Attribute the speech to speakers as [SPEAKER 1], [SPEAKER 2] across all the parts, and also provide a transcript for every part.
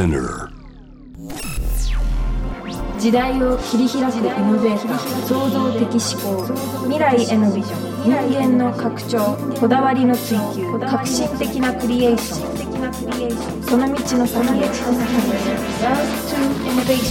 [SPEAKER 1] Spinner。
[SPEAKER 2] 時代を切り開くイノベーター、創造的思考、未来へのビジョン、人間の拡張、こだわりの追求、革新的なクリエーション、その道の先へ Love to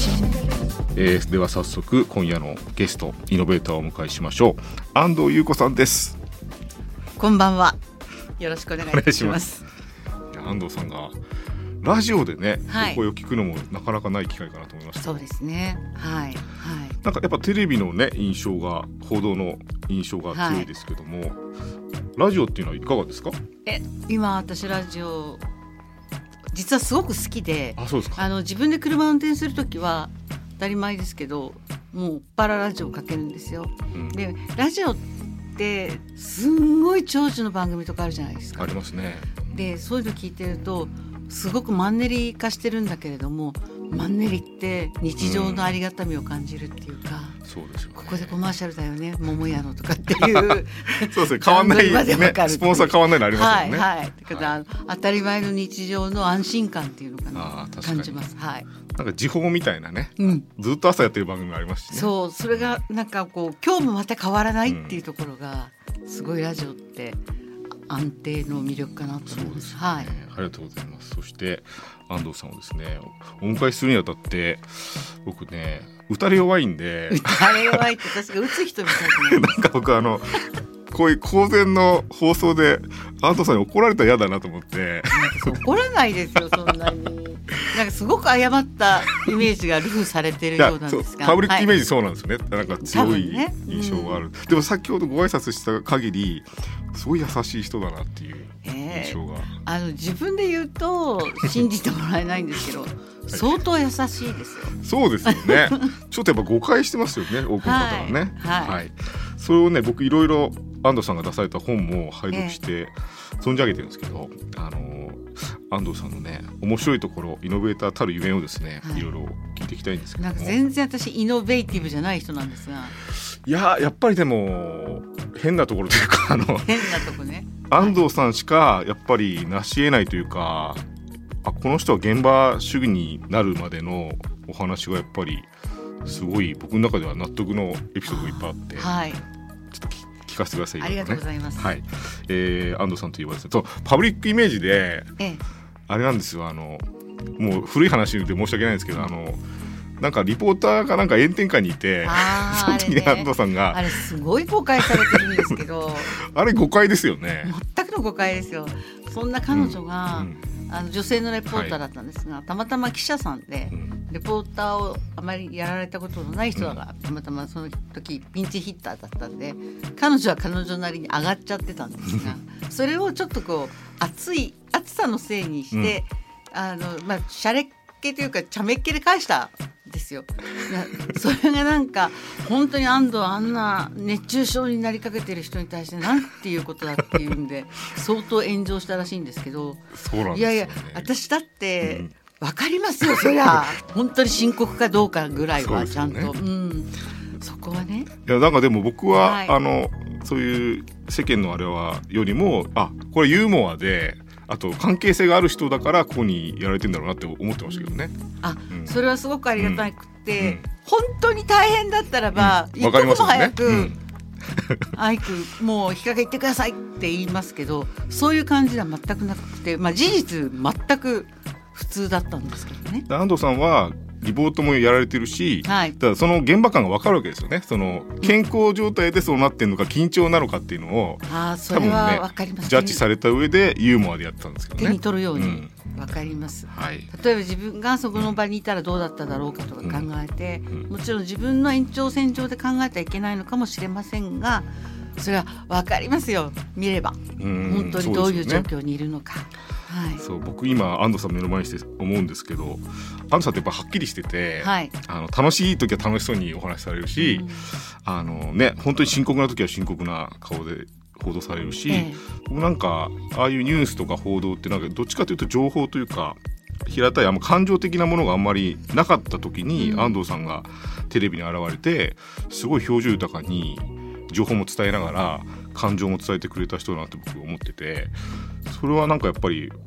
[SPEAKER 2] Innovation。
[SPEAKER 3] では早速今夜のゲストイノベーターをお迎えしましょう。安藤優子さんです。
[SPEAKER 4] こんばんは。よろしくお願いいたします。
[SPEAKER 3] 安藤さんがラジオでね、
[SPEAKER 4] はい、
[SPEAKER 3] お声を聞くのもなかなかない機会かなと思いました。
[SPEAKER 4] そうですね。はい、はい、
[SPEAKER 3] なんかやっぱテレビのね印象が、報道の印象が強いですけども、はい、ラジオっていうのはいかがですか？
[SPEAKER 4] 今私ラジオ実はすごく好きで、
[SPEAKER 3] そうですか。
[SPEAKER 4] 自分で車を運転するときは当たり前ですけど、もうパララジオをかけるんですよ、でラジオってすんごい長寿の番組とかあるじゃないですか。
[SPEAKER 3] ありますね。
[SPEAKER 4] でそういうの聞いてるとすごくマンネリ化してるんだけれども、マンネリって日常のありがたみを感じるっていうか、
[SPEAKER 3] そうですよね。
[SPEAKER 4] ここでコマーシャルだよね、桃屋のとかっていう
[SPEAKER 3] そうですね、変わんない、ね、スポンサー変わんないのありますよね。
[SPEAKER 4] はいはい、だから当たり前の日常の安心感っていうのかな、感じます。はい。
[SPEAKER 3] なんか時報みたいなね、ずっと朝やってる番組もありますしね。
[SPEAKER 4] そう、それがなんかこう今日もまた変わらないっていうところが、すごいラジオって安定の魅力かなと思います。そうですね、はい、
[SPEAKER 3] ありがとうございます。そして安藤さんをですねお迎えするにあたって、僕ね打たれ弱いんで。
[SPEAKER 4] 打たれ弱いって確か打つ人みたいな
[SPEAKER 3] なんか僕こういう公然の放送で安藤さんに怒られたら嫌だなと思って。
[SPEAKER 4] 怒らないですよ、そんなに。なんかすごく誤ったイメージがルフされてるようなんですが、
[SPEAKER 3] パブリックイメージそうなんですよね、なんか強い印象がある、でも先ほどご挨拶した限りすごい優しい人だなっていう印象が、
[SPEAKER 4] 自分で言うと信じてもらえないんですけど相当優しいですよ。
[SPEAKER 3] そうですよね。ちょっとやっぱ誤解してますよね、多くの方はね。はい、それをね僕いろいろ安藤さんが出された本も拝読して存じ上げてるんですけど、安藤さんのね面白いところ、イノベーターたるゆえんをですね、いろいろ聞いていきたいんですけども。
[SPEAKER 4] なんか全然私イノベーティブじゃない人なんですが、
[SPEAKER 3] やっぱりでも変なところというか
[SPEAKER 4] 変なとこね、
[SPEAKER 3] 安藤さんしかやっぱり成し得ないというか、この人は現場主義になるまでのお話がやっぱりすごい僕の中では納得のエピソードがいっぱいあって、
[SPEAKER 4] はい、
[SPEAKER 3] ちょっと聞かせてください。
[SPEAKER 4] ありがとうございます。
[SPEAKER 3] はい、安藤さんといえばですね、パブリックイメージで、あれなんですよ、もう古い話で申し訳ないんですけど、なんかリポーターがなんか炎天下にいて、その時に安藤さんが
[SPEAKER 4] あれすごい誤解されてるんですけど
[SPEAKER 3] あれ誤解ですよね。
[SPEAKER 4] 全くの誤解ですよ。そんな彼女が、女性のレポーターだったんですが、たまたま記者さんで、レポーターをあまりやられたことのない人が、たまたまその時ピンチヒッターだったんで、彼女は彼女なりに上がっちゃってたんですが、それをちょっとこう暑さのせいにして、シャレっ気というか茶目っ気で返したんですよ。それがなんか本当に安藤あんな熱中症になりかけてる人に対してなんていうことだっていうんで相当炎上したらしいんですけそうなんですよね。いや私だって分かりますよ、そりゃ本当に深刻かどうかぐらいはちゃんと そこはね。
[SPEAKER 3] いやなんかでも僕は、そういう世間のあれはよりもこれユーモアで、あと関係性がある人だからここにやられてんだろうなって思ってましたけどね。
[SPEAKER 4] それはすごくありがたくて、本当に大変だったらば、一刻も早くアイクもう日陰行ってくださいって言いますけど、そういう感じでは全くなくて、事実全く普通だったんですけどね。
[SPEAKER 3] 安藤さんはリポートもやられてるし、ただその現場感が分かるわけですよね。その健康状態でそうなってるのか緊張なのかっていうのを
[SPEAKER 4] それは分かります、
[SPEAKER 3] ジャッジされた上でユーモアでやってたんですけどね。
[SPEAKER 4] 手に取るように分かります、例えば自分がそこの場にいたらどうだっただろうかとか考えて、もちろん自分の延長線上で考えてはいけないのかもしれませんが、それは分かりますよ、見れば本当にどういう状況にいるのか。
[SPEAKER 3] そう僕今安藤さん目の前にして思うんですけど、安藤さんってやっぱはっきりしてて、楽しい時は楽しそうにお話しされるし、本当に深刻な時は深刻な顔で報道されるし、僕なんかああいうニュースとか報道ってなんかどっちかというと情報というか平たい感情的なものがあんまりなかった時に、安藤さんがテレビに現れてすごい表情豊かに情報も伝えながら感情も伝えてくれた人だなって僕思ってて、それはなんかやっぱり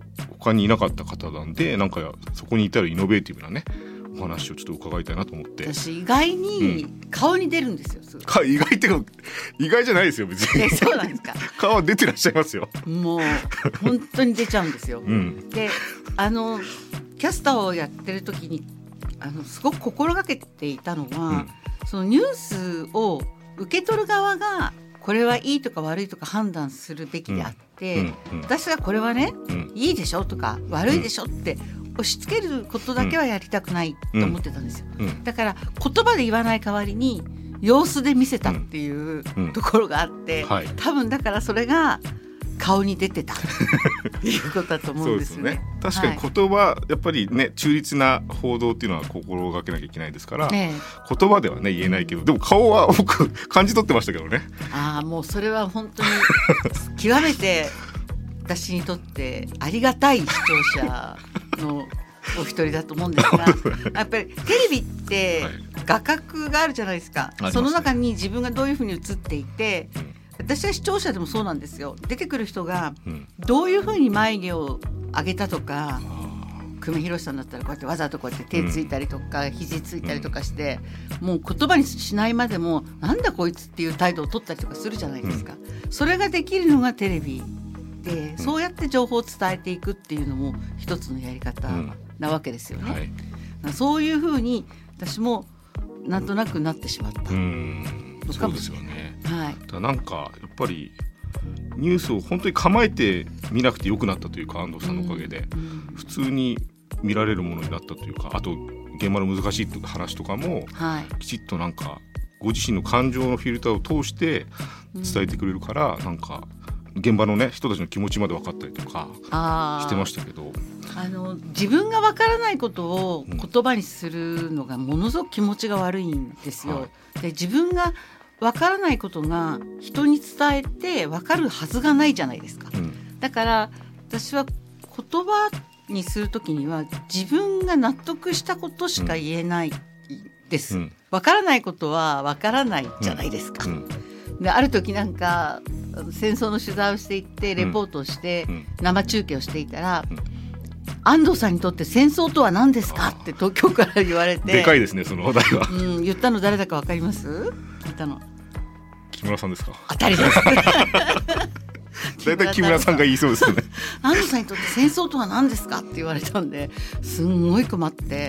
[SPEAKER 3] 他にいなかった方なんで、なんかそこに至るイノベーティブなねお話をちょっと伺いたいなと思って。
[SPEAKER 4] 私意外に顔に出るんですよ、
[SPEAKER 3] 意外ってか意外じゃないですよ別に。
[SPEAKER 4] そうなんですか。
[SPEAKER 3] 顔は出てらっしゃいますよ。
[SPEAKER 4] もう本当に出ちゃうんですよ、でキャスターをやってる時にすごく心がけていたのは、そのニュースを受け取る側がこれはいいとか悪いとか判断するべきであって、私はこれはね、いいでしょとか悪いでしょって押し付けることだけはやりたくないと思ってたんですよ、だから言葉で言わない代わりに様子で見せたっていうところがあって、多分だからそれが顔に出てたっていうことだと思うんですよね。
[SPEAKER 3] 確かに言葉、やっぱりね中立な報道っていうのは心がけなきゃいけないですから、言葉ではね言えないけど、でも顔は僕感じ取ってましたけどね。
[SPEAKER 4] もうそれは本当に極めて私にとってありがたい視聴者のお一人だと思うんですがやっぱりテレビって画角があるじゃないですか、その中に自分がどういうふうに映っていて、私は視聴者でもそうなんですよ。出てくる人がどういうふうに眉毛を上げたとか、久米宏さんだったらこうやってわざとこうやって手ついたりとか、肘ついたりとかして、もう言葉にしないまでもなんだこいつっていう態度を取ったりとかするじゃないですか、それができるのがテレビで、そうやって情報を伝えていくっていうのも一つのやり方なわけですよね、そういうふうに私もなんとなくなってしまった。
[SPEAKER 3] そうですよね、だなんかやっぱりニュースを本当に構えて見なくてよくなったというか、安藤さんのおかげで普通に見られるものになったというか、あと現場の難しい話とかもきちっとなんかご自身の感情のフィルターを通して伝えてくれるから、なんか現場のね人たちの気持ちまで分かったりとかしてましたけど、
[SPEAKER 4] 自分が分からないことを言葉にするのがものすごく気持ちが悪いんですよ、で自分が分からないことが人に伝えて分かるはずがないじゃないですか、だから私は言葉にするときには自分が納得したことしか言えないです、分からないことは分からないじゃないですか、である時なんか戦争の取材をしていってレポートをして生中継をしていたら、安藤さんにとって戦争とは何ですかって東京から言われて、
[SPEAKER 3] でかいですねその話題は、
[SPEAKER 4] 言ったの誰だか分かります？聞いたの
[SPEAKER 3] 木村さんですか？
[SPEAKER 4] 当たりです
[SPEAKER 3] だいたい木村さんが言いそうですよね
[SPEAKER 4] 安藤さんにとって戦争とは何ですかって言われたんで、すんごい困って、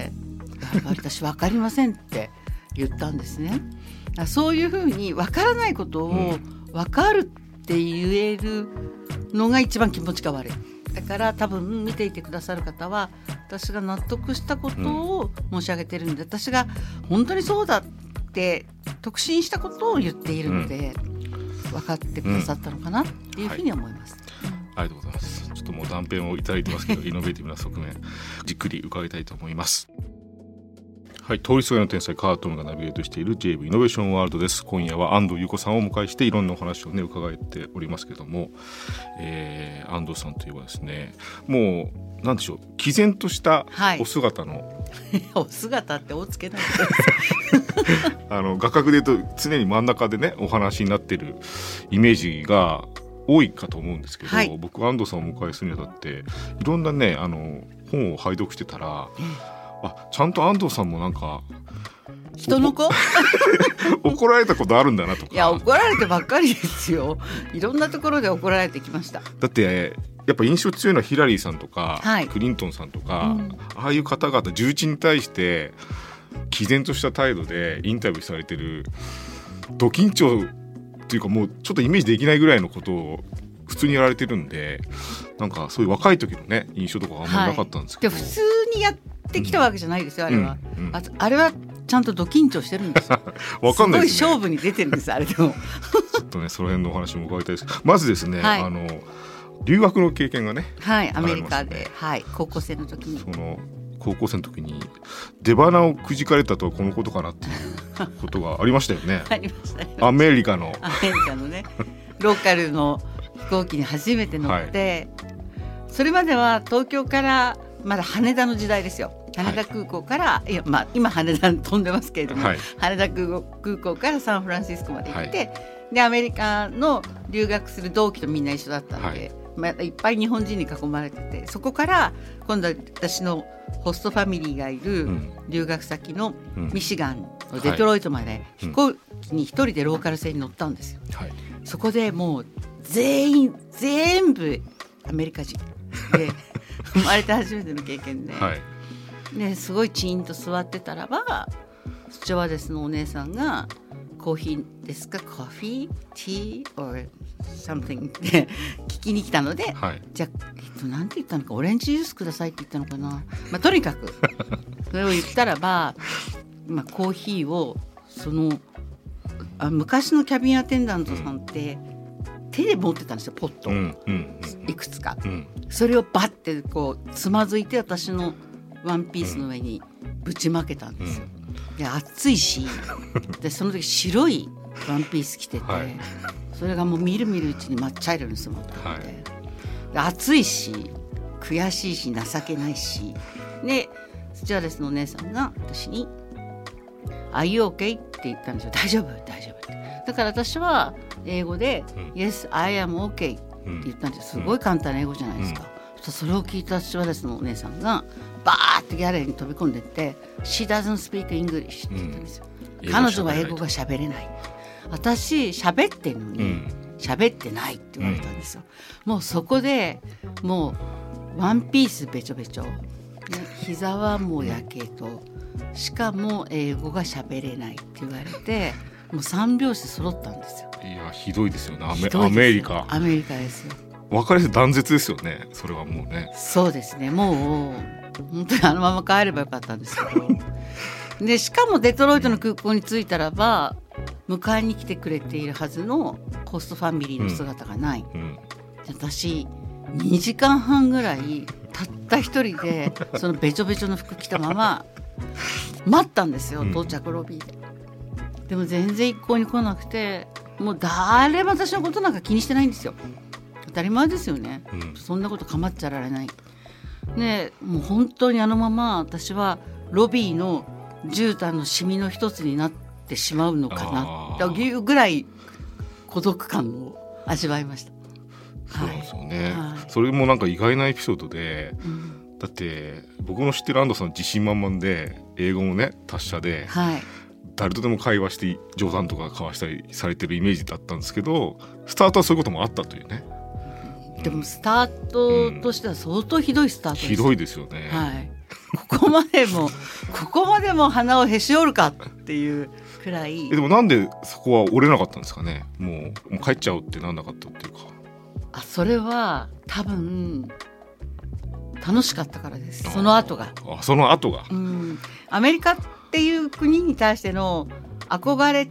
[SPEAKER 4] 私分かりませんって言ったんですね。そういうふうに分からないことを分かるって言えるのが一番気持ちが悪い。だから多分見ていてくださる方は私が納得したことを申し上げているので、私が本当にそうだって確信したことを言っているので、分かってくださったのかなっていうふうに思います、
[SPEAKER 3] ありがとうございます。ちょっともう断片をいただいてますけどイノベーティブな側面じっくり伺いたいと思います。はい、通りすがりの天才カートムがナビゲートしている JV イノベーションワールドです。今夜は安藤優子さんをお迎えしていろんなお話をね伺っておりますけども、安藤さんといえばですね、もうなんでしょう、毅然としたお姿の、
[SPEAKER 4] お姿っておつけないで
[SPEAKER 3] 画角で言うと常に真ん中でねお話になってるイメージが多いかと思うんですけど、僕安藤さんをお迎えするにあたっていろんなね本を拝読してたら、ちゃんと安藤さんもなんか
[SPEAKER 4] 人の子
[SPEAKER 3] 怒られたことあるんだなとか。
[SPEAKER 4] いや怒られてばっかりですよ。いろんなところで怒られてきました。
[SPEAKER 3] だってやっぱ印象強いのはヒラリーさんとか、クリントンさんとか、ああいう方々重鎮に対して毅然とした態度でインタビューされてる、ド緊張というかもうちょっとイメージできないぐらいのことを普通にやられてるんで、なんかそういう若い時のね印象とかあんまりなかったんですけど、
[SPEAKER 4] 普通にやってきたわけじゃないですよ、あれは、あれはちゃんとド緊張してるんですよ
[SPEAKER 3] わかんないですね、
[SPEAKER 4] すごい勝負に出てるんですあれでも
[SPEAKER 3] ちょっとねその辺のお話も伺いたいですけど、まずですね、留学の経験がね、
[SPEAKER 4] アメリカで、高校生の時に、
[SPEAKER 3] その高校生の時に出花をくじかれたとはこのことかなっていうことがありましたよね
[SPEAKER 4] ありましたよ。
[SPEAKER 3] アメリカの
[SPEAKER 4] ねローカルの飛行機に初めて乗って、それまでは東京からまだ羽田の時代ですよ。羽田空港から、今羽田飛んでますけれども、羽田空港からサンフランシスコまで行って、でアメリカの留学する同期とみんな一緒だったので、 いっぱい日本人に囲まれてて、そこから今度は私のホストファミリーがいる留学先のミシガンのデトロイトまで飛行機に一人でローカル線に乗ったんですよ、はい、そこでもう全部アメリカ人で生まれて初めての経験で、はい、ですごいチーンと座ってたらばスチュワーデスのお姉さんがコーヒーですか、コーヒー、ティー or something って聞きに来たので、はい、じゃあ、なんて言ったのか、オレンジジュースくださいって言ったのかな、とにかくそれを言ったらば、コーヒーを昔のキャビンアテンダントさんって手で持ってたんですよ、ポット、いくつか、それをバッてこうつまずいて私のワンピースの上にぶちまけたんですよ、で暑いしでその時白いワンピース着てて、はい、それがもうみるみるうちに抹茶色に染まってて、はい、で暑いし悔しいし情けないしでスチュワーデスのお姉さんが私にAre you okay? って言ったんですよ。大丈夫大丈夫って。だから私は英語で、Yes, I am okay って言ったんです。すごい簡単な英語じゃないですか、それを聞いたスチュワーデスのお姉さんがバーってギャラリーに飛び込んでって She doesn't speak English って言ったんですよ、彼女は英語が喋れない。私喋ってんのに喋ってないって言われたんですよ、もうそこでもうワンピースべちょべちょ、膝はもうやけど、しかも英語が喋れないって言われて、もう3拍子揃ったんですよ。
[SPEAKER 3] いやひどいですよね。アメリカ
[SPEAKER 4] ですよ。
[SPEAKER 3] 分かりやすい断絶ですよね、それはもうね。
[SPEAKER 4] そうですね、もう本当にあのまま帰ればよかったんですけどでしかもデトロイトの空港に着いたらば、迎えに来てくれているはずのホストファミリーの姿がない、私2時間半ぐらいたった一人でそのべちょべちょの服着たまま待ったんですよ、到着ロビーで。でも全然一向に来なくて、もう誰も私のことなんか気にしてないんですよ。当たり前ですよね、そんなこと構っちゃられないね。もう本当にあのまま私はロビーの絨毯のシミの一つになってしまうのかなというぐらい孤独感を味わいました。
[SPEAKER 3] そうですよね、はい、それもなんか意外なエピソードで、だって僕の知ってる安藤さん自信満々で英語もね達者で、はい、誰とでも会話して冗談とか交わしたりされてるイメージだったんですけど、スタートはそういうこともあったというね。
[SPEAKER 4] でもスタートとしては相当ひどいスタートです。
[SPEAKER 3] ひどいですよね、
[SPEAKER 4] はい、ここまでも鼻をへし折るかっていうくらい。
[SPEAKER 3] でもなんでそこは折れなかったんですかね。もう帰っちゃおうってなんなかったっていうか。
[SPEAKER 4] それは多分楽しかったからです。その後が、アメリカっていう国に対しての憧れって、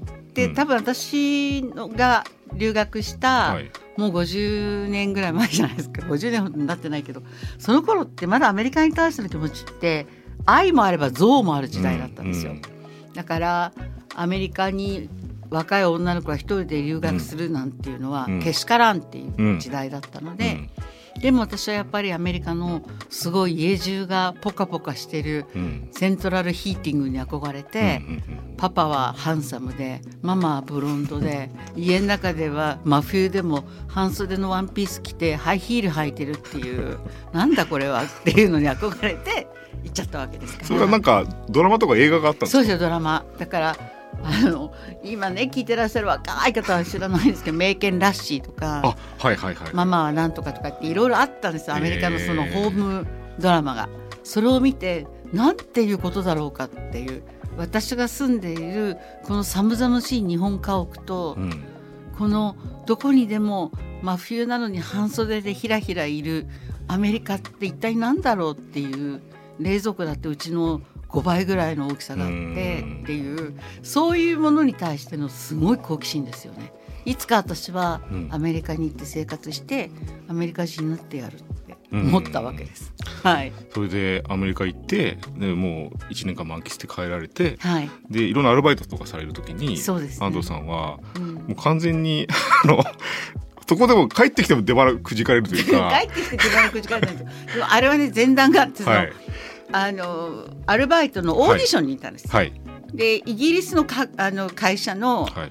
[SPEAKER 4] 多分私のが留学した、もう50年ぐらい前じゃないですか。50年ほどになってないけど、その頃ってまだアメリカに対しての気持ちって愛もあれば憎悪もある時代だったんですよ、だからアメリカに若い女の子が一人で留学するなんていうのはけしからんっていう時代だったので、でも私はやっぱりアメリカのすごい家中がポカポカしてるセントラルヒーティングに憧れて、パパはハンサムでママはブロンドで、家の中では真冬でも半袖のワンピース着てハイヒール履いてるっていうなんだこれはっていうのに憧れて行っちゃったわけですから。
[SPEAKER 3] それはなんかドラマとか映画があったんですか。
[SPEAKER 4] そうですよ、ドラマだから今ね聞いてらっしゃる若い方は知らないんですけど、名犬ラッシーとか、ママはなんとかとかっていろいろあったんですよ、アメリカのそのホームドラマが。それを見てなんていうことだろうかっていう、私が住んでいるこの寒々しい日本家屋と、このどこにでも真冬なのに半袖でひらひらいるアメリカって一体何だろうっていう、冷蔵庫だってうちの5倍ぐらいの大きさがあってっていう、そういうものに対してのすごい好奇心ですよね。いつか私はアメリカに行って生活してアメリカ人になってやるって思ったわけです、はい、
[SPEAKER 3] それでアメリカ行って、ね、もう1年間満喫して帰られて、でいろんなアルバイトとかされるときに、そうですね、安藤さんは、もう完全にそこでも帰ってきても出腹くじかれるというか
[SPEAKER 4] 帰ってきて出腹くじかれるんですよ。でもあれはね前段があって、アルバイトのオーディションに行ったんです、でイギリスの会社の、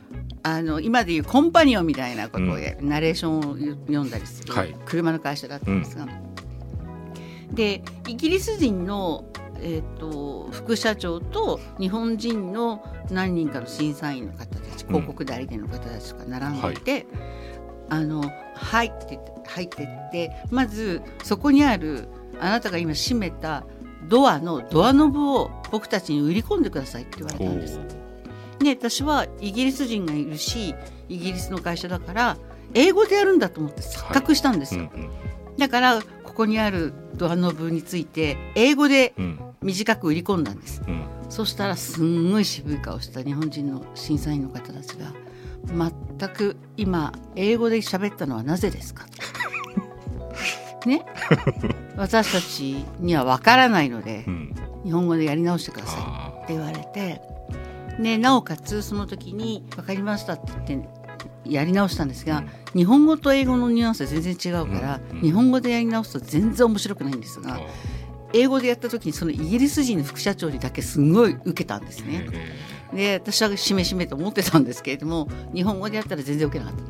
[SPEAKER 4] 今でいうコンパニオンみたいなことをナレーションを読んだりする、車の会社だったんですが、でイギリス人の、副社長と日本人の何人かの審査員の方たち、広告代理店の方たちが並んでいて、入ってってまずそこにあるあなたが今閉めたドアノブを僕たちに売り込んでくださいって言われたんです。で私はイギリス人がいるしイギリスの会社だから英語でやるんだと思って錯覚したんですよ、だからここにあるドアノブについて英語で短く売り込んだんです、そしたらすんごい渋い顔した日本人の審査員の方たちが全く今英語で喋ったのはなぜですかね私たちには分からないので、日本語でやり直してくださいって言われて、ね、なおかつその時に分かりましたって言ってやり直したんですが、日本語と英語のニュアンスは全然違うから、日本語でやり直すと全然面白くないんですが、英語でやった時にそのイギリス人の副社長にだけすごい受けたんですね。で私はしめしめと思ってたんですけれども、日本語でやったら全然受けなかった、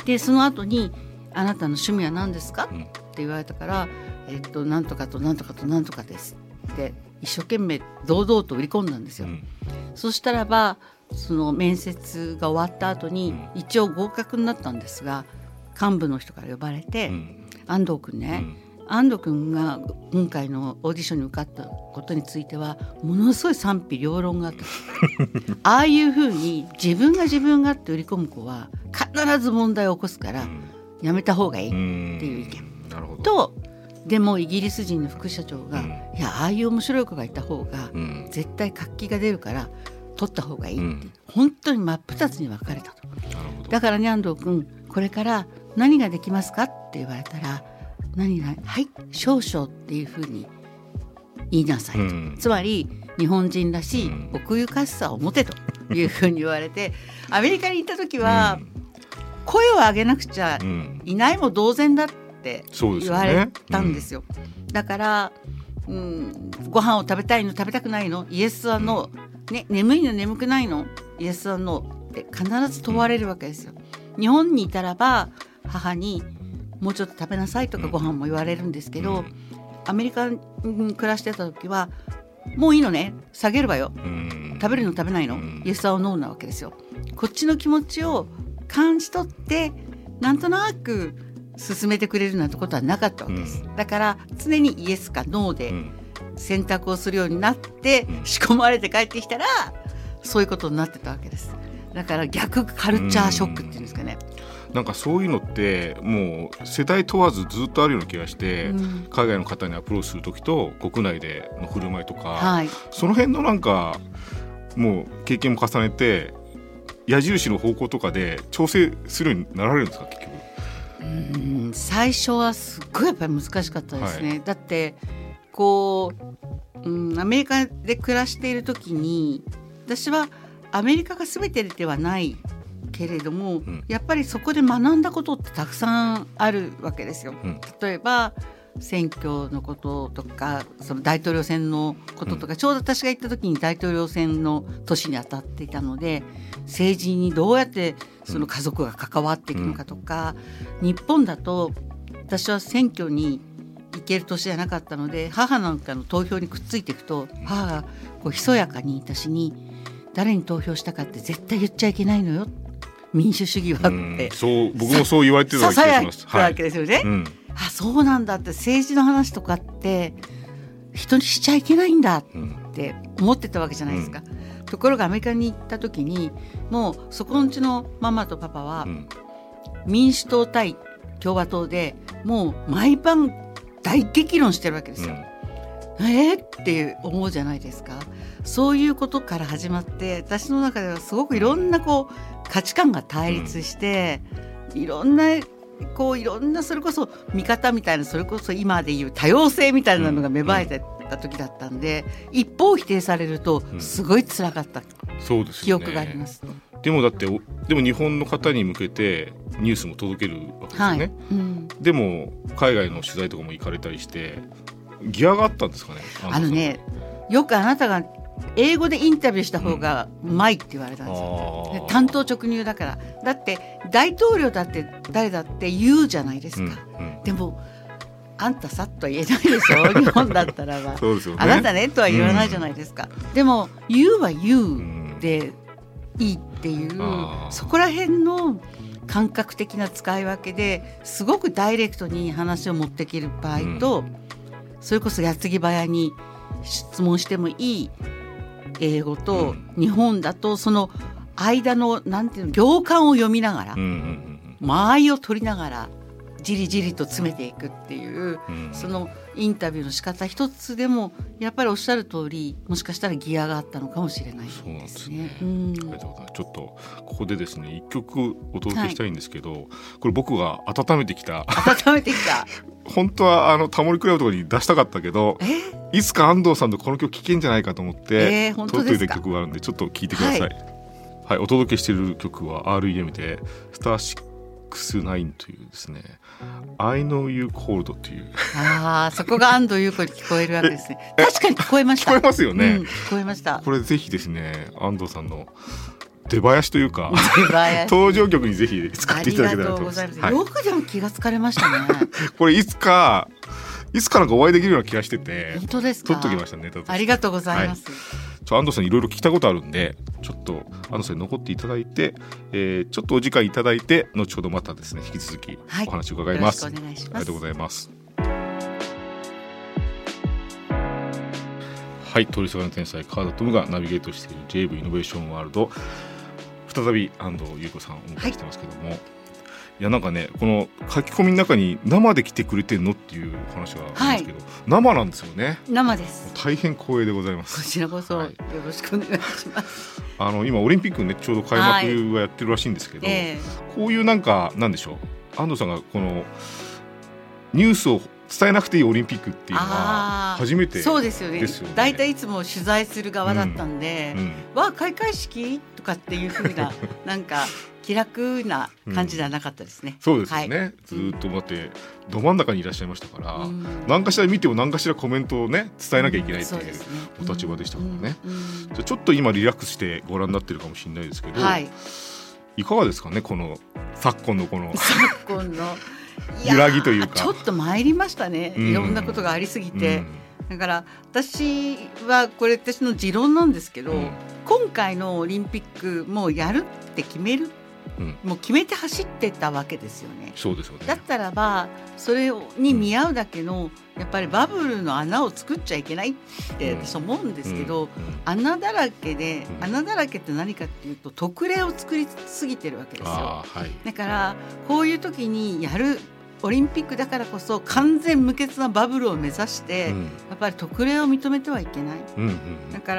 [SPEAKER 4] でその後にあなたの趣味は何ですか、って言われたから、なんとかとなんとかとなんとかですって一生懸命堂々と売り込んだんですよ、そしたらばその面接が終わった後に一応合格になったんですが、幹部の人から呼ばれて、安藤君ね、安藤君が今回のオーディションに受かったことについてはものすごい賛否両論があったああいうふうに自分がって売り込む子は必ず問題を起こすからやめた方がいいっていう意見と、でもイギリス人の副社長が、いやああいう面白い子がいた方が絶対活気が出るから取った方がいいって、本当に真っ二つに分かれたと。だからね安藤君これから何ができますかって言われたら、はい少々っていうふうに言いなさいと、つまり日本人らしい奥ゆかしさを持てというふうに言われて、アメリカに行った時は声を上げなくちゃいないも同然だって言われたんですよ。だから、ご飯を食べたいの食べたくないのイエスはノー、ね、眠いの眠くないのイエスはノーって必ず問われるわけですよ。日本にいたらば母にもうちょっと食べなさいとかご飯も言われるんですけど、アメリカに暮らしてた時はもういいのね下げるわよ、食べるの食べないのイエスはノーなわけですよ。こっちの気持ちを感じ取ってなんとなく進めてくれるなんてことはなかったわけです、だから常にイエスかノーで選択をするようになって仕込まれて帰ってきたらそういうことになってたわけです。だから逆カルチャーショックっていうんですかね、
[SPEAKER 3] なんかそういうのってもう世代問わずずっとあるような気がして、海外の方にアプローチする時と国内での振る舞いとか、その辺のなんかもう経験も重ねて矢印の方向とかで調整するようになられるんですか結局。
[SPEAKER 4] 最初はすっごいやっぱり難しかったですね、だってこう、アメリカで暮らしている時に私はアメリカが全てではないけれども、やっぱりそこで学んだことってたくさんあるわけですよ、例えば選挙のこととかその大統領選のこととか、ちょうど私が行った時に大統領選の年に当たっていたので政治にどうやってその家族が関わっていくのかとか、日本だと私は選挙に行ける年じゃなかったので母なんかの投票にくっついていくと母がこうひそやかに私に誰に投票したかって絶対言っちゃいけないのよ民主主義はって、
[SPEAKER 3] そう僕もそう言われてたわけです。
[SPEAKER 4] ささやくわけですよね、あそうなんだって政治の話とかって人にしちゃいけないんだって思ってたわけじゃないですか、ところがアメリカに行った時にもうそこのうちのママとパパは民主党対共和党でもう毎晩大激論してるわけですよ、って思うじゃないですか。そういうことから始まって私の中ではすごくいろんなこう価値観が対立して、いろんなそれこそ見方みたいな、それこそ今でいう多様性みたいなのが芽生えてた時だったんで、一方否定されるとすごい辛かった記憶があります、
[SPEAKER 3] でも日本の方に向けてニュースも届けるわけですよね、でも海外の取材とかも行かれたりしてギアがあったんですかね。
[SPEAKER 4] よくあなたが英語でインタビューした方がうまいって言われたんですよ、単刀直入だから。だって大統領だって誰だって言うじゃないですか、でもあんたさっとは言えないでしょ日本だったらば
[SPEAKER 3] そうですよね、
[SPEAKER 4] あなたねとは言わないじゃないですか、でも言うは言うでいいっていう、そこら辺の感覚的な使い分けですごくダイレクトに話を持っていける場合と、それこそ矢継ぎ早に質問してもいい英語と、日本だとその間のなんていうの行間を読みながら、間合いを取りながらじりじりと詰めていくっていう、そのインタビューの仕方一つでもやっぱりおっしゃる通り、もしかしたらギアがあったのかもしれないですね。そうなんですね。
[SPEAKER 3] ちょっとここでですね一曲お届けしたいんですけど、これ僕が温めてきた本当はタモリクラブとかに出したかったけど、いつか安藤さんとこの曲聴けんじゃないかと思って、撮っていた曲があるんでちょっと聴いてください。はい、お届けしている曲は REM でスター69というですね I know you cold という、
[SPEAKER 4] そこが安藤優子に聞こえるわけですね。確かに聞こえました。
[SPEAKER 3] 聞こえますよね、
[SPEAKER 4] 聞こえました。
[SPEAKER 3] これぜひですね安藤さんの出囃子というか登場曲にぜひ使っていただけたらと思います。
[SPEAKER 4] ありがとうございます。よくでも気がつかれましたね
[SPEAKER 3] これいつかなんかお会いできるような気がしてて、
[SPEAKER 4] 本当ですか。
[SPEAKER 3] 撮っときましたね。
[SPEAKER 4] ありがとうございます、
[SPEAKER 3] 安藤さんいろいろ聞きたことあるんで、ちょっと安藤さんに残っていただいて、ちょっとお時間いただいて後ほどまたですね引き続きお話を伺います、
[SPEAKER 4] よろしくお願いします。
[SPEAKER 3] ありがとうございます。はい、通りすがりの天才川田トムがナビゲートしている JV イノベーションワールド、再び安藤優子さんをお迎えしてますけども、いやなんかねこの書き込みの中に生で来てくれてんのっていう話があるんですけど、生なんですよね。
[SPEAKER 4] 生です。
[SPEAKER 3] 大変光栄でございます。
[SPEAKER 4] こちらこそよろしくお願いします。
[SPEAKER 3] 今オリンピックねちょうど開幕がやってるらしいんですけど、こういうなんかなんでしょう、安藤さんがこのニュースを伝えなくていいオリンピックっていうのは初めてですよね。
[SPEAKER 4] そうですよね。だいたいいつも取材する側だったんで、開会式とかっていう風ななんか気楽な感じではなかったですね。
[SPEAKER 3] そうですよね、ずっと待ってど真ん中にいらっしゃいましたから、何かしら見ても何かしらコメントをね伝えなきゃいけないっていうお立場でしたからね。じゃちょっと今リラックスしてご覧になってるかもしれないですけど、いかがですかね、この昨今の揺らぎというか。
[SPEAKER 4] ちょっと参りましたね、いろんなことがありすぎて、だから私はこれ私の持論なんですけど、今回のオリンピックもうやるって決める、もう決めて走ってたわけですよね。
[SPEAKER 3] そうですよね。
[SPEAKER 4] だったらばそれに見合うだけのやっぱりバブルの穴を作っちゃいけないって私思うんですけど、穴だらけで、穴だらけって何かっていうと特例を作りすぎてるわけですよ。だからこういう時にやるオリンピックだからこそ完全無欠なバブルを目指して、やっぱり特例を認めてはいけない、だから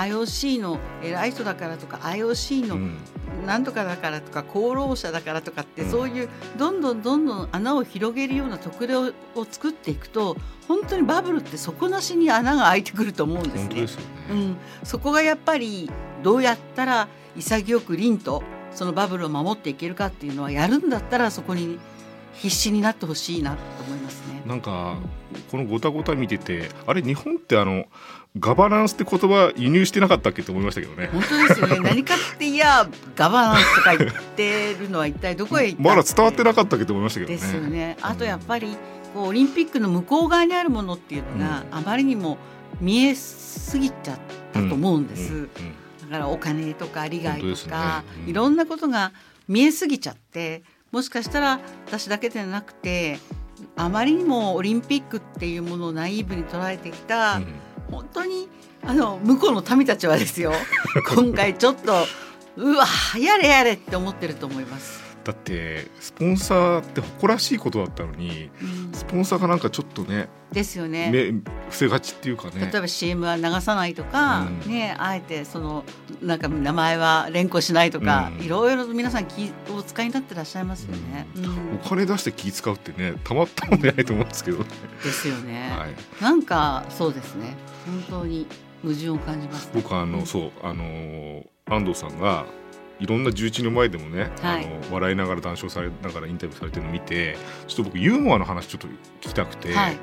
[SPEAKER 4] IOC の偉い人だからとか IOC のなんとかだからとか功労者だからとかって、そういうどんどん穴を広げるような特例を作っていくと、本当にバブルって底なしに穴が開いてくると思うんですね。
[SPEAKER 3] 本当ですよね。
[SPEAKER 4] そこがやっぱりどうやったら潔く凛とそのバブルを守っていけるかっていうのは、やるんだったらそこに必死になってほしいなと思いますね。
[SPEAKER 3] なんかこのごたごた見てて、あれ日本ってガバナンスって言葉輸入してなかったっけと思いましたけどね。
[SPEAKER 4] 本当ですよね。何かっていやガバナンスとか言ってるのは一体どこへ行った
[SPEAKER 3] まだ伝わってなかったっけと思いましたけどね。
[SPEAKER 4] ですよね。あとやっぱりこうオリンピックの向こう側にあるものっていうのがあまりにも見えすぎちゃったと思うんです、だからお金とか利害とか、いろんなことが見えすぎちゃって、もしかしたら私だけではなくてあまりにもオリンピックっていうものをナイーブに捉えてきた、本当に向こうの民たちはですよ今回ちょっとうわやれやれって思ってると思います。
[SPEAKER 3] だってスポンサーって誇らしいことだったのに、スポンサーがなんかちょっとね
[SPEAKER 4] ですよね、
[SPEAKER 3] 伏せがちっていうかね。
[SPEAKER 4] 例えば CM は流さないとか、あえてなんか名前は連呼しないとか、いろいろ皆さん気をお使いになってらっしゃいますよね、
[SPEAKER 3] お金出して気使うってねたまったもんじゃないと思うんですけど
[SPEAKER 4] ですよね、なんかそうですね、本当に矛盾を感じます、ね、
[SPEAKER 3] 僕安藤さんがいろんな重鎮の前でもね、笑いながら談笑されながらインタビューされてるのを見て、ちょっと僕ユーモアの話ちょっと聞きたくて、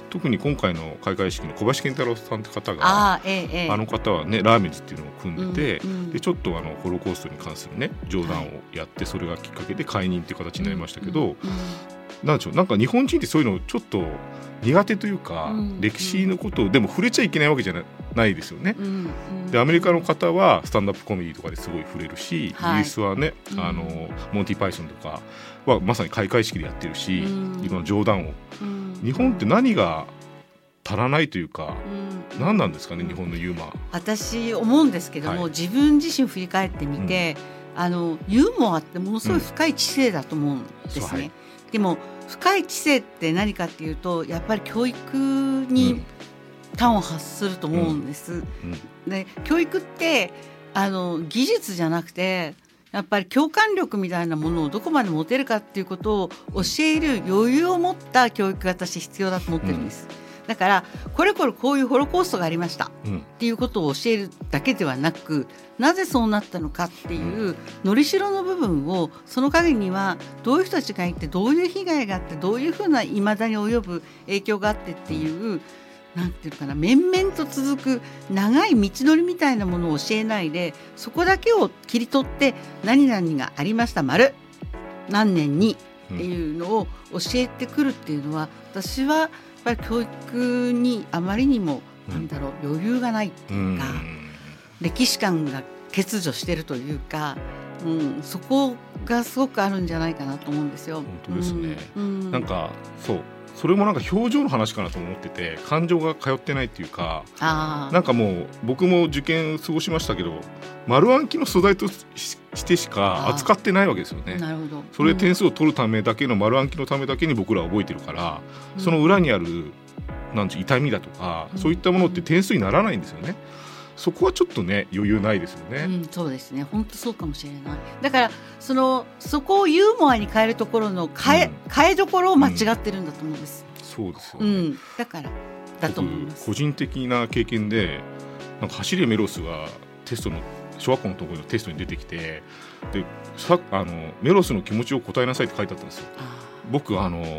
[SPEAKER 3] 特に今回の開会式の小林健太郎さんって方があの方はねラーメンズっていうのを組んでて、でちょっとホロコーストに関するね冗談をやって、それがきっかけで解任っていう形になりましたけど、なんでしょう、なんか日本人ってそういうのちょっと苦手というか、歴史のことをでも触れちゃいけないわけじゃないですよね。でアメリカの方はスタンダップコメディとかですごい触れるし、イギリスはね、モンティ・パイソンとかはまさに開会式でやってるし、いろんな冗談を、日本って何が足らないというか、何なんですかね、日本のユーモア。
[SPEAKER 4] 私思うんですけども、自分自身振り返ってみて、ユーモアってものすごい深い知性だと思うんですね。でも深い知性って何かっていうと、やっぱり教育に端を発すると思うんです、で教育って技術じゃなくて、やっぱり共感力みたいなものをどこまで持てるかっていうことを教える余裕を持った教育が私必要だと思ってるんです、だからこれこういうホロコーストがありましたっていうことを教えるだけではなく、なぜそうなったのかっていうのりしろの部分を、その陰にはどういう人たちがいて、どういう被害があって、どういうふうな未だに及ぶ影響があってっていう、なんていうかな、面々と続く長い道のりみたいなものを教えないで、そこだけを切り取って何々がありました丸何年にっていうのを教えてくるっていうのは、私はやっぱり教育にあまりにも余裕がないっていうか、歴史観が欠如してるというか、そこがすごくあるんじゃないかなと思うんですよ。
[SPEAKER 3] 本当ですね、なんかそれもなんか表情の話かなと思ってて、感情が通ってないっていうか、なんかもう僕も受験過ごしましたけど、丸暗記の素材としてしか扱ってないわけですよね。
[SPEAKER 4] なるほど。
[SPEAKER 3] それ点数を取るためだけの、丸暗記のためだけに僕らは覚えてるから、その裏にある痛みだとか、そういったものって点数にならないんですよね。そこはちょっとね余裕ないですよね。
[SPEAKER 4] そうですね、本当そうかもしれない。だからそこをユーモアに変えるところの変えどころを間違ってるんだと思うんです、
[SPEAKER 3] そうですよね、
[SPEAKER 4] だからだと思います。
[SPEAKER 3] 個人的な経験で、なんか走れメロスがテストの小学校のところのテストに出てきて、でメロスの気持ちを答えなさいって書いてあったんですよ。僕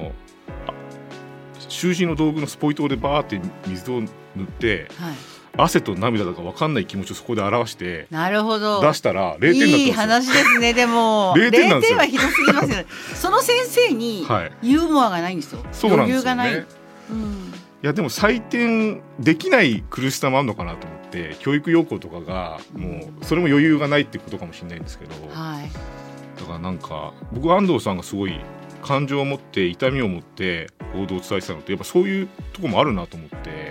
[SPEAKER 3] 習字の道具のスポイトでバーって水を塗って、汗と涙だか分かんない気持ちをそこで表して、なるほど、出したら0点だったんですよ。いい
[SPEAKER 4] 話ですね。でも0点はひどすぎますよね。その先生にユーモアがないんですよ、
[SPEAKER 3] そうなんですよね。
[SPEAKER 4] 余裕がない、い
[SPEAKER 3] やでも採点できない苦しさもあるのかなと思って、教育要項とかがもうそれも余裕がないってことかもしれないんですけど、だからなんか僕は安藤さんがすごい感情を持って痛みを持って報道を伝えてたのって、やっぱそういうところもあるなと思って、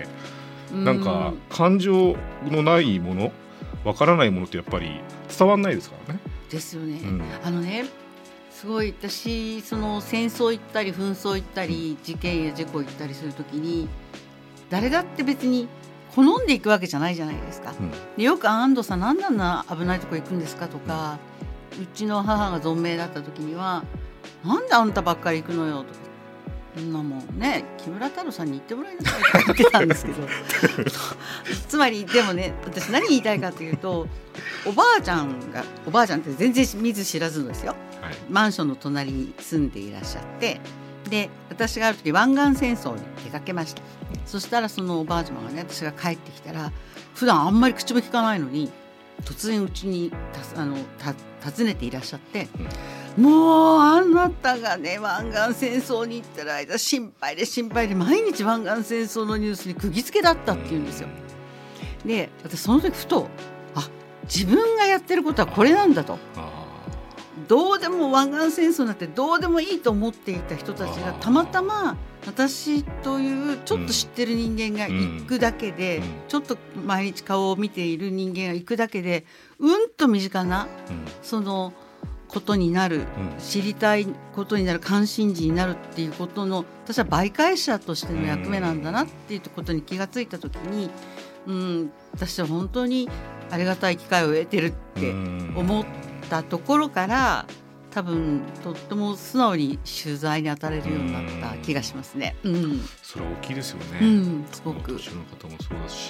[SPEAKER 3] なんか感情のないもの、わからないものってやっぱり伝わんないですからね。
[SPEAKER 4] ですよね、すごい私戦争行ったり紛争行ったり、事件や事故行ったりするときに、誰だって別に好んでいくわけじゃないじゃないですか、でよく安藤さんなんであんな危ないとこ行くんですかとか、うちの母が存命だった時には、なんであんたばっかり行くのよとか、そんなもんね、木村太郎さんに言ってもらいなさいって言ってたんですけどつまりでもね、私何言いたいかというと、おばあちゃんって全然見ず知らずのですよ、マンションの隣に住んでいらっしゃって、で私がある時湾岸戦争に出かけました。そしたらそのおばあちゃまがね、私が帰ってきたら、普段あんまり口も聞かないのに突然うちに訪ねていらっしゃって、もうあなたがね湾岸戦争に行ってる間心配で毎日湾岸戦争のニュースに釘付けだったって言うんですよ。で私その時ふと、自分がやってることはこれなんだと、どうでも湾岸戦争なんてどうでもいいと思っていた人たちが、たまたま私というちょっと知ってる人間が行くだけで、ちょっと毎日顔を見ている人間が行くだけで、うんと身近なそのことになる、知りたいことになる、関心事になるっていうことの、私は媒介者としての役目なんだなっていうことに気がついたときに、私は本当にありがたい機会を得てるって思ったところから、多分とっても素直に取材に当たれるようになった気がしますね。
[SPEAKER 3] それは大きいですよね、
[SPEAKER 4] すごく
[SPEAKER 3] 年の方もそうだし、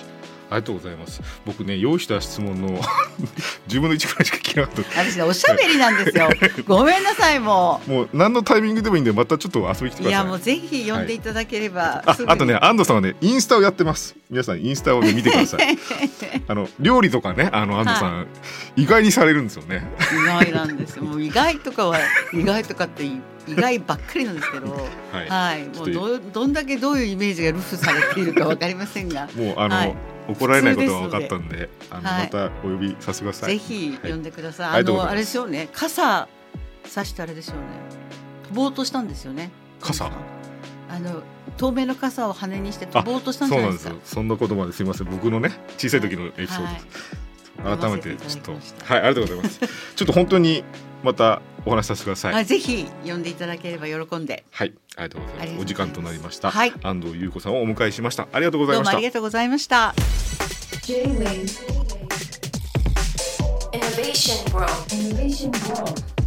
[SPEAKER 3] ありがとうございます。僕ね、用意した質問の10分の1くらいしか聞けなかった。
[SPEAKER 4] 私ね、おしゃべりなんですよごめんなさい。も
[SPEAKER 3] う何のタイミングでもいいんで、またちょっと遊びに来てください。
[SPEAKER 4] いや、もうぜひ呼んでいただければ、
[SPEAKER 3] はい、あとね、安藤さんはね、インスタをやってます。皆さんインスタを、ね、見てください料理とかね、安藤さん、はい、意外にされるんですよね。
[SPEAKER 4] 意外なんですよ。もう意外とかって意外ばっかりなんですけどはい、はい、もうどんだけどういうイメージがルフされているか分かりませんが
[SPEAKER 3] もうはい、怒られないことは分かったんで、またお呼びさせてください。
[SPEAKER 4] ぜひ呼んでください。あれですよね、傘さしてあれですよね、飛ぼうとしたんですよね。
[SPEAKER 3] 傘、
[SPEAKER 4] 透明の傘を羽にして飛ぼうとしたんじゃないですか。
[SPEAKER 3] そうなんですよ。そんなことまですいません。僕のね、小さい時のエピソードです、はい、改めてちょっと、はい、ありがとうございますちょっと本当にまたお話しさせてください。
[SPEAKER 4] ぜひ呼んでいただければ喜んで。
[SPEAKER 3] はい、ありがとうございます。お時間となりました、
[SPEAKER 4] はい、
[SPEAKER 3] 安藤優子さんをお迎えしました。ありがとうございました。
[SPEAKER 4] どうもありがとうございました。
[SPEAKER 2] J-Wave Innovation World